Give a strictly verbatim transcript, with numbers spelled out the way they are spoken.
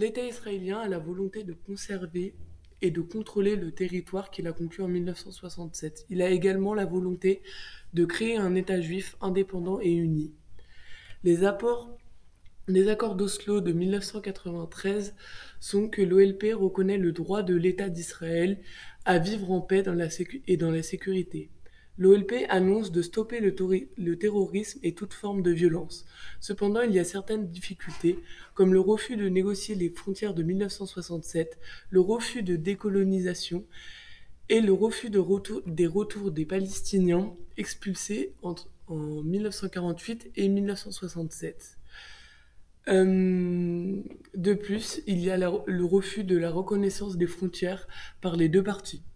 L'État israélien a la volonté de conserver et de contrôler le territoire qu'il a conquis en mille neuf cent soixante-sept. Il a également la volonté de créer un État juif indépendant et uni. Les apports Les accords d'Oslo de mille neuf cent quatre-vingt-treize sont que l'O L P reconnaît le droit de l'État d'Israël à vivre en paix dans la sécu- et dans la sécurité. L'O L P annonce de stopper le, tori- le terrorisme et toute forme de violence. Cependant, il y a certaines difficultés, comme le refus de négocier les frontières de mille neuf cent soixante-sept, le refus de décolonisation et le refus de retour- des retours des Palestiniens expulsés entre, en mille neuf cent quarante-huit et mille neuf cent soixante-sept. Euh, de plus, il y a la- le refus de la reconnaissance des frontières par les deux parties.